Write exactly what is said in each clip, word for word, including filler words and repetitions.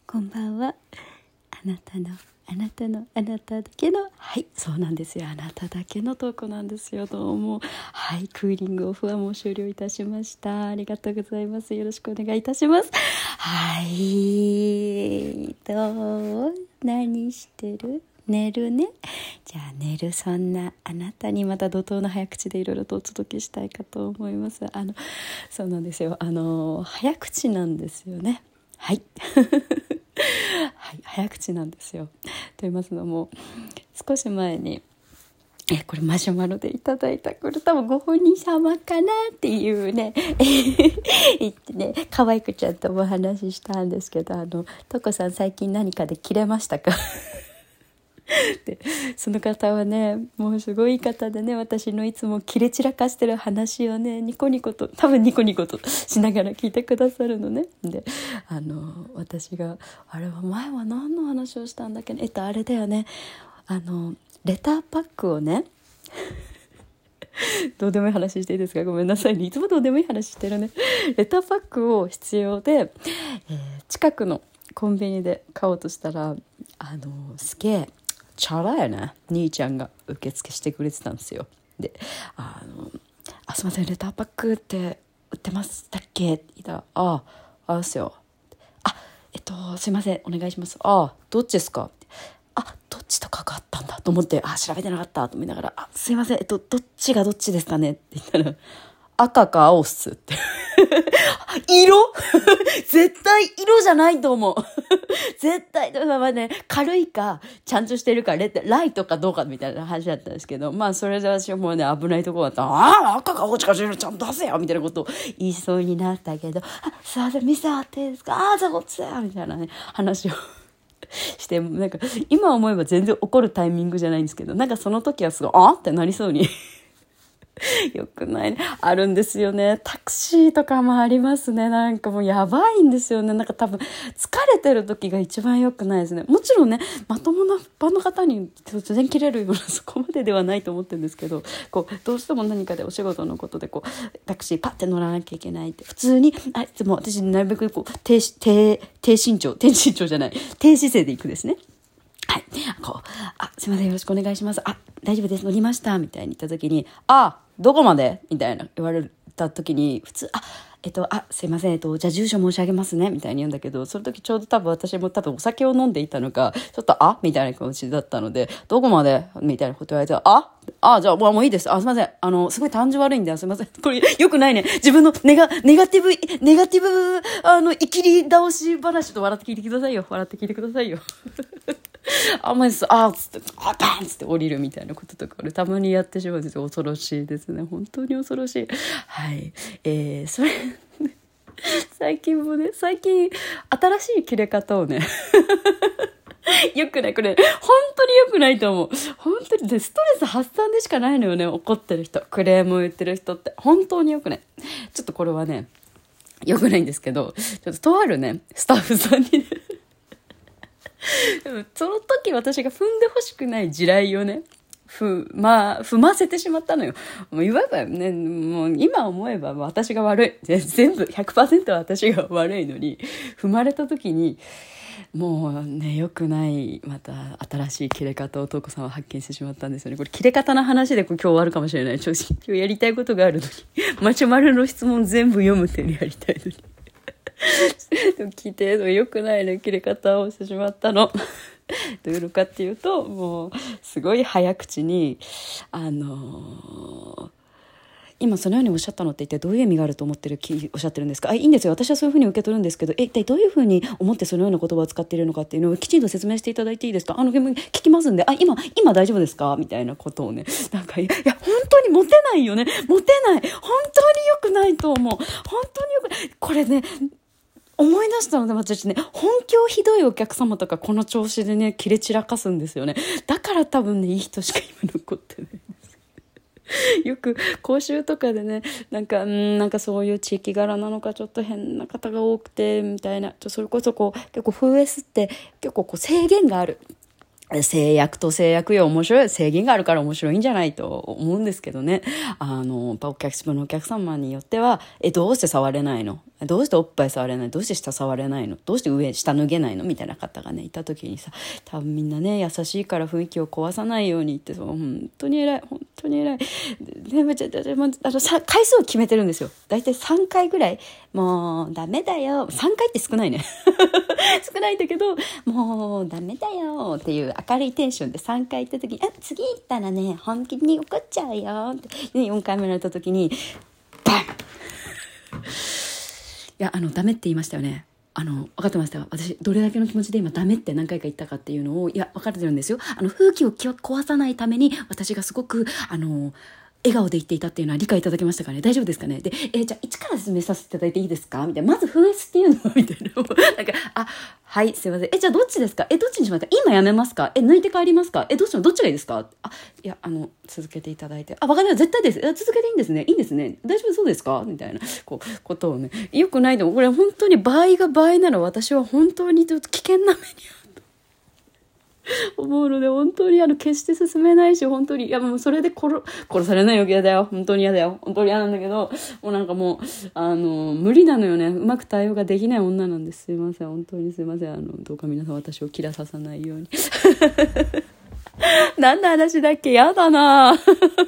こんばんは。あなたのあなたのあなただけの、はいそうなんですよ、あなただけの投稿なんですよ。どうも、はい、クーリングオフはもう終了いたしました。ありがとうございます。よろしくお願いいたします。はい、どう何してる？寝るね。じゃあ寝る、そんなあなたにまた怒涛の早口でいろいろとお届けしたいかと思います。あのそうなんですよ、あの早口なんですよね。はいはい、早口なんですよ。と言いますのも、少し前にえこれマシュマロでいただいた、これ多分ご本人様かなっていうね言ってね、可愛くちゃんとお話ししたんですけど、あのトコさん最近何かで切れましたかでその方はね、もうすごいいい方でね、私のいつも切れ散らかしてる話をね、ニコニコと多分ニコニコとしながら聞いてくださるのね。であの私があれは前は何の話をしたんだっけね、えっとあれだよね、あのレターパックをねどうでもいい話していいですか、ごめんなさいね、いつもどうでもいい話してるね。レターパックを必要で、えー近くのコンビニで買おうとしたら、あのすげえチャラやな兄ちゃんが受付してくれてたんですよ。であのあすいません、レターパックって売ってましたっけって言ったら、あああですよ、あえっとすいませんお願いします、あどっちですか、あどっちとかがあったんだと思って、あ調べてなかったと思いながら、あすいません、えっとどっちがどっちですかねって言ったら、赤か青っすって色絶対色じゃないと思う絶対まあね、軽いかちゃんとしてるかレライトかどうかみたいな話だったんですけど、まあそれで私はもうね危ないところだったら、ああ赤か青かちゃんと出せよみたいなことを言いそうになったけど、あすいません見せてもらっていいですか、あじゃあこっちだよみたいなね話をしてなんか今思えば全然怒るタイミングじゃないんですけど、なんかその時はすごいあってなりそうによくないね、あるんですよね。タクシーとかもありますね。なんかもうやばいんですよね。なんか多分疲れてる時が一番良くないですね。もちろんね、まともな一般の方に突然切れるようなそこまでではないと思ってるんですけど、こうどうしても何かでお仕事のことでこうタクシーパッて乗らなきゃいけないって普通に、あいつも私なるべくこう低低低身長低身長じゃない低姿勢で行くですね。はい。こう、あ、すいません、よろしくお願いします。あ、大丈夫です、乗りました。みたいに言った時に、あ、どこまでみたいな言われた時に、普通、あ、えっと、あ、すいません、えっと、じゃあ住所申し上げますね。みたいに言うんだけど、その時ちょうど多分私も多分お酒を飲んでいたのか、ちょっと、あみたいな感じだったので、どこまでみたいなこと言われて、ああ、じゃあ、もういいです。あ、すいません。あの、すごい感じ悪いんで、すいません。これ、よくないね。自分のネガ、ネガティブ、ネガティブ、あの、生きり倒し話と笑って聞いてくださいよ。笑って聞いてくださいよ。あんまりです、あーっつって、あーバーンっつって降りるみたいなこととか、俺たまにやってしまうんですよ。恐ろしいですね。本当に恐ろしい。はい。えー、それ、最近もね、最近、新しい切れ方をね、よくないこれ、本当によくないと思う。本当に、ストレス発散でしかないのよね。怒ってる人、クレームを言ってる人って。本当によくない。ちょっとこれはね、よくないんですけど、ちょっととあるね、スタッフさんにね、でもその時私が踏んでほしくない地雷をね、ふ、まあ、踏ませてしまったのよ。もういわばね、もう今思えば私が悪い。全部ひゃくパーセント私が悪いのに、踏まれた時に、もうね、良くない、また新しい切れ方をトーコさんは発見してしまったんですよね。これ切れ方の話で今日終わるかもしれない。ちょ今日やりたいことがあるのに。マチュマルの質問全部読むっていうのやりたいのに。でも聞いて良くないね切れ方をしてしまったのどういうのかっていうと、もうすごい早口にあのー、今そのようにおっしゃったのって一体どういう意味があると思ってるおっしゃってるんですか。あいいんですよ、私はそういうふうに受け取るんですけど、え一体どういうふうに思ってそのような言葉を使っているのかっていうのをきちんと説明していただいていいですか。あの聞きますんで、あ今今大丈夫ですかみたいなことをね、なんかいや本当にモテないよね、モテない、本当に良くないと思う、本当に良くない。これね思い出したので、私ね、本業ひどいお客様とかこの調子でね、切れ散らかすんですよね。だから多分ね、いい人しか今残ってないんですよく講習とかでね、なんか、んなんかそういう地域柄なのか、ちょっと変な方が多くて、みたいな、それこそこう、結構 エフエス って結構こう制限がある。 制約と制約よ、面白い、制限があるから面白いんじゃないと思うんですけどね。あの、やっぱお客様のお客様によっては、え、どうして触れないの？どうしておっぱい触れない？どうして下触れないの？どうして上、下脱げないの？みたいな方がね、いた時にさ、多分みんなね、優しいから雰囲気を壊さないようにって、そう、本当に偉い、本当に偉い。で、めちゃ、でも、あの、さ、回数を決めてるんですよ。だいたいさんかいぐらい、もう、ダメだよ。さんかいって少ないね。少ないんだけど、もう、ダメだよっていう明るいテンションでさんかい行った時に、あ、次行ったらね、本気に怒っちゃうよって、よんかいめになった時に、バンいや、あの、ダメって言いましたよね。あの、分かってました。私、どれだけの気持ちで今ダメって何回か言ったかっていうのを、いや、分かってるんですよ。あの、風紀を壊さないために、私がすごく、あの、笑顔で言っていたっていうのは理解いただけましたかね。大丈夫ですかね。で、えー、じゃあ一から説明させていただいていいですかみたいな。まず フーエス っていうのはみたいな。なんか、あ、はい、すいません。え、じゃあどっちですか？え、どっちにしますか？今やめますか？え、抜いて帰りますか？え、どっちの、どっちがいいですか？あ、いや、あの、続けていただいて。あ、わかりました。絶対です。続けていいんですね。いいんですね。大丈夫そうですか？みたいな、こう、ことをね。よくないでも、これ本当に場合が場合なら私は本当に危険な目に思うので、本当にあの決して進めないし、本当にいやもうそれで殺殺されないわけだよ、本当に嫌だよ、本当に嫌なんだけど、もうなんかもうあの無理なのよね。うまく対応ができない女なんです。すいません、本当にすいません。あのどうか皆さん私を切らささないように。何の話だっけ？やだな。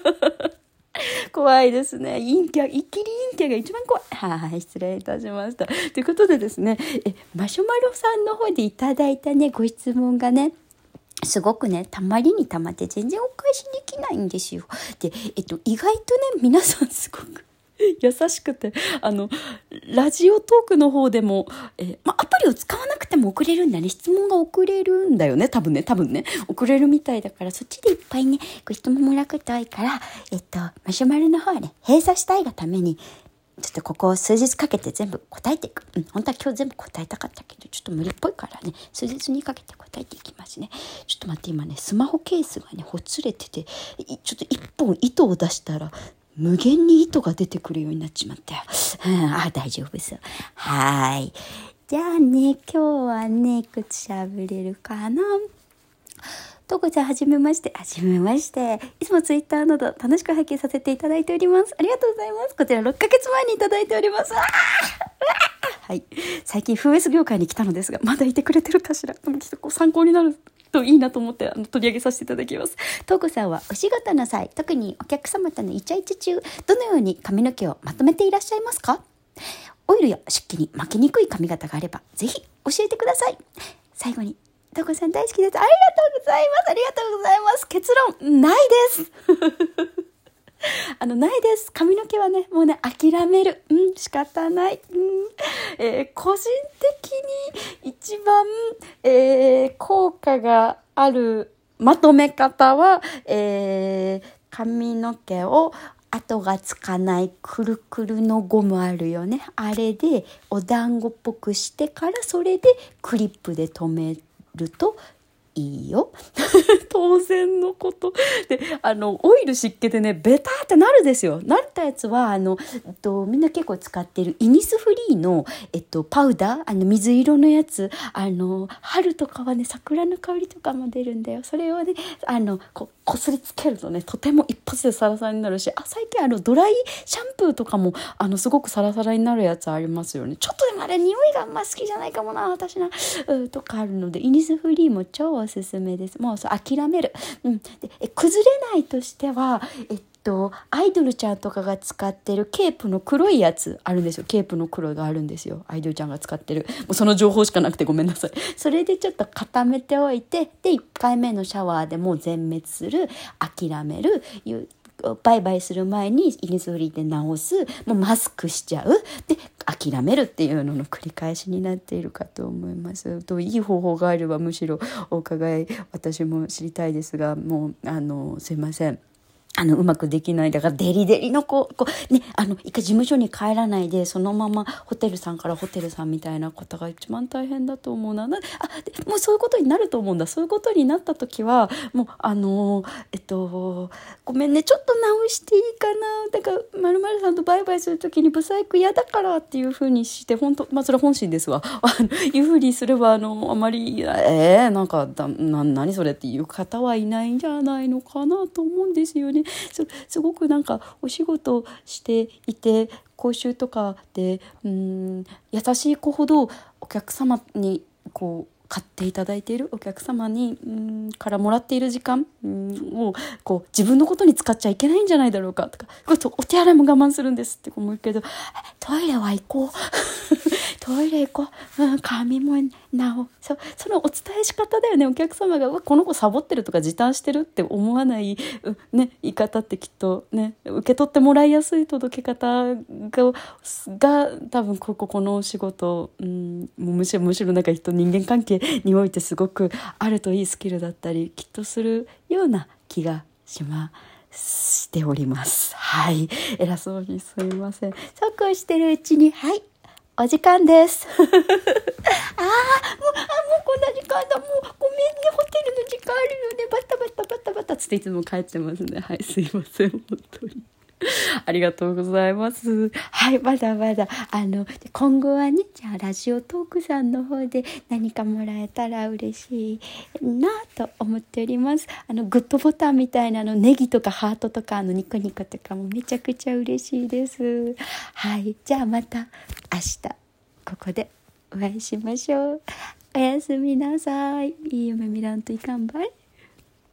怖いですね。陰キャ、イキリ陰キャが一番怖い。はい、失礼いたしました。ということでですね、えマシュマロさんの方でいただいたねご質問がね、すごくね、たまりにたまって全然お返しできないんですよ。で、えっと、意外とね、皆さんすごく優しくて、あの、ラジオトークの方でも、えー、まあ、アプリを使わなくても送れるんだね。質問が送れるんだよね。多分ね、多分ね。送れるみたいだから、そっちでいっぱいね、ご質問もらうこと多いから、えっと、マシュマロの方はね、閉鎖したいがために、ちょっとここを数日かけて全部答えていく。うん、本当は今日全部答えたかったけど、ちょっと無理っぽいからね、数日にかけて答えていきますね。ちょっと待って、今ね、スマホケースがね、ほつれてて、ちょっと一本糸を出したら、無限に糸が出てくるようになっちまったよ。うん、あ、大丈夫そう。はーい。じゃあね、今日はね、いくつ喋れるかな。とこちゃん、はじめまして。はじめまして。いつもツイッターなど楽しく拝見させていただいております。ありがとうございます。こちらろっかげつまえにいただいております。はい。最近 フーエス 業界に来たのですが、まだいてくれてるかしら。でもちょっとこう参考になるといいなと思ってあの取り上げさせていただきます。とこさんはお仕事の際、特にお客様とのイチャイチャ中、どのように髪の毛をまとめていらっしゃいますか？オイルや湿気に負けにくい髪型があれば、ぜひ教えてください。最後に、とこさん大好きです。ありがとうございます。ありがとうございます。結論、ないです。あの、ないです。髪の毛はね、もうね、諦める。うん、仕方ない。うんえー、個人的に一番、えー、効果があるまとめ方は、えー、髪の毛を跡がつかないくるくるのゴムあるよね。あれでお団子っぽくしてから、それでクリップで留めるといいよ。当然のことで、あのオイル湿気でね、ベターってなるですよ。なったやつはあの、えっと、みんな結構使ってるイニスフリーの、えっと、パウダー、あの水色のやつ、あの春とかはね、桜の香りとかも出るんだよ。それをね、あのここすりつけるとね、とても一発でサラサラになるし、あ、最近あのドライシャンプーとかもあのすごくサラサラになるやつありますよね。ちょっとでもあれ匂いがあんま好きじゃないかもな、私な、うんとかあるので、イニスフリーも超おすすめです。もうそう諦める、うん、でえ崩れないとしては、えっとアイドルちゃんとかが使ってるケープの黒いやつあるんですよ。ケープの黒があるんですよ。アイドルちゃんが使ってる、もうその情報しかなくてごめんなさい。それでちょっと固めておいて、でいっかいめのシャワーでもう全滅する、諦める、バイバイする前にイニスフリーで直す、もうマスクしちゃう、で諦めるっていうのの繰り返しになっているかと思います。といい方法があればむしろお伺い私も知りたいですが、もうあのすいません。 あのうまくできない。だからデリデリのこうこうね、あの一回事務所に帰らないでそのままホテルさんからホテルさんみたいなことが一番大変だと思うな。なあでもうそういうことになると思うんだ。そういうことになった時はもうあのえっとごめんね、ちょっと直していいかな、だからまるまるさんとバイバイする時にブサイク嫌だからっていう風にして、本当まあそれは本心ですわ。あのいう風にすればあのあまりえー、なんかだな何それっていう方はいないんじゃないのかなと思うんですよね。す, すごくなんかお仕事していて講習とかでうん優しい子ほどお客様にこう買っていただいているお客様にうんからもらっている時間うんをこう自分のことに使っちゃいけないんじゃないだろうかとか、お手洗いも我慢するんですって思うけど、トイレは行こうトイレ行こう、うん、髪もなお そ, そのお伝え仕方だよね。お客様がこの子サボってるとか時短してるって思わない、ね、言い方ってきっとね受け取ってもらいやすい届け方がが多分こここのお仕事、うん、むしろむしろなんか人人間関係においてすごくあるといいスキルだったりきっとするような気がしますしております。はい、偉そうにすいません。そうこうしてるうちにはいお時間ですあーもうあもうこんな時間だ、もうごめんね、ホテルの時間あるよね、バタバタバタバタつっていつも帰ってますね。はい、すいません本当にありがとうございます。はい、まだまだあの今後はね、じゃあラジオトークさんの方で何かもらえたら嬉しいなと思っております。あのグッドボタンみたいなのネギとかハートとかあのニコニコとかもめちゃくちゃ嬉しいです。はい、じゃあまた明日ここでお会いしましょう。おやすみなさい。いい夢見らんといかんばい。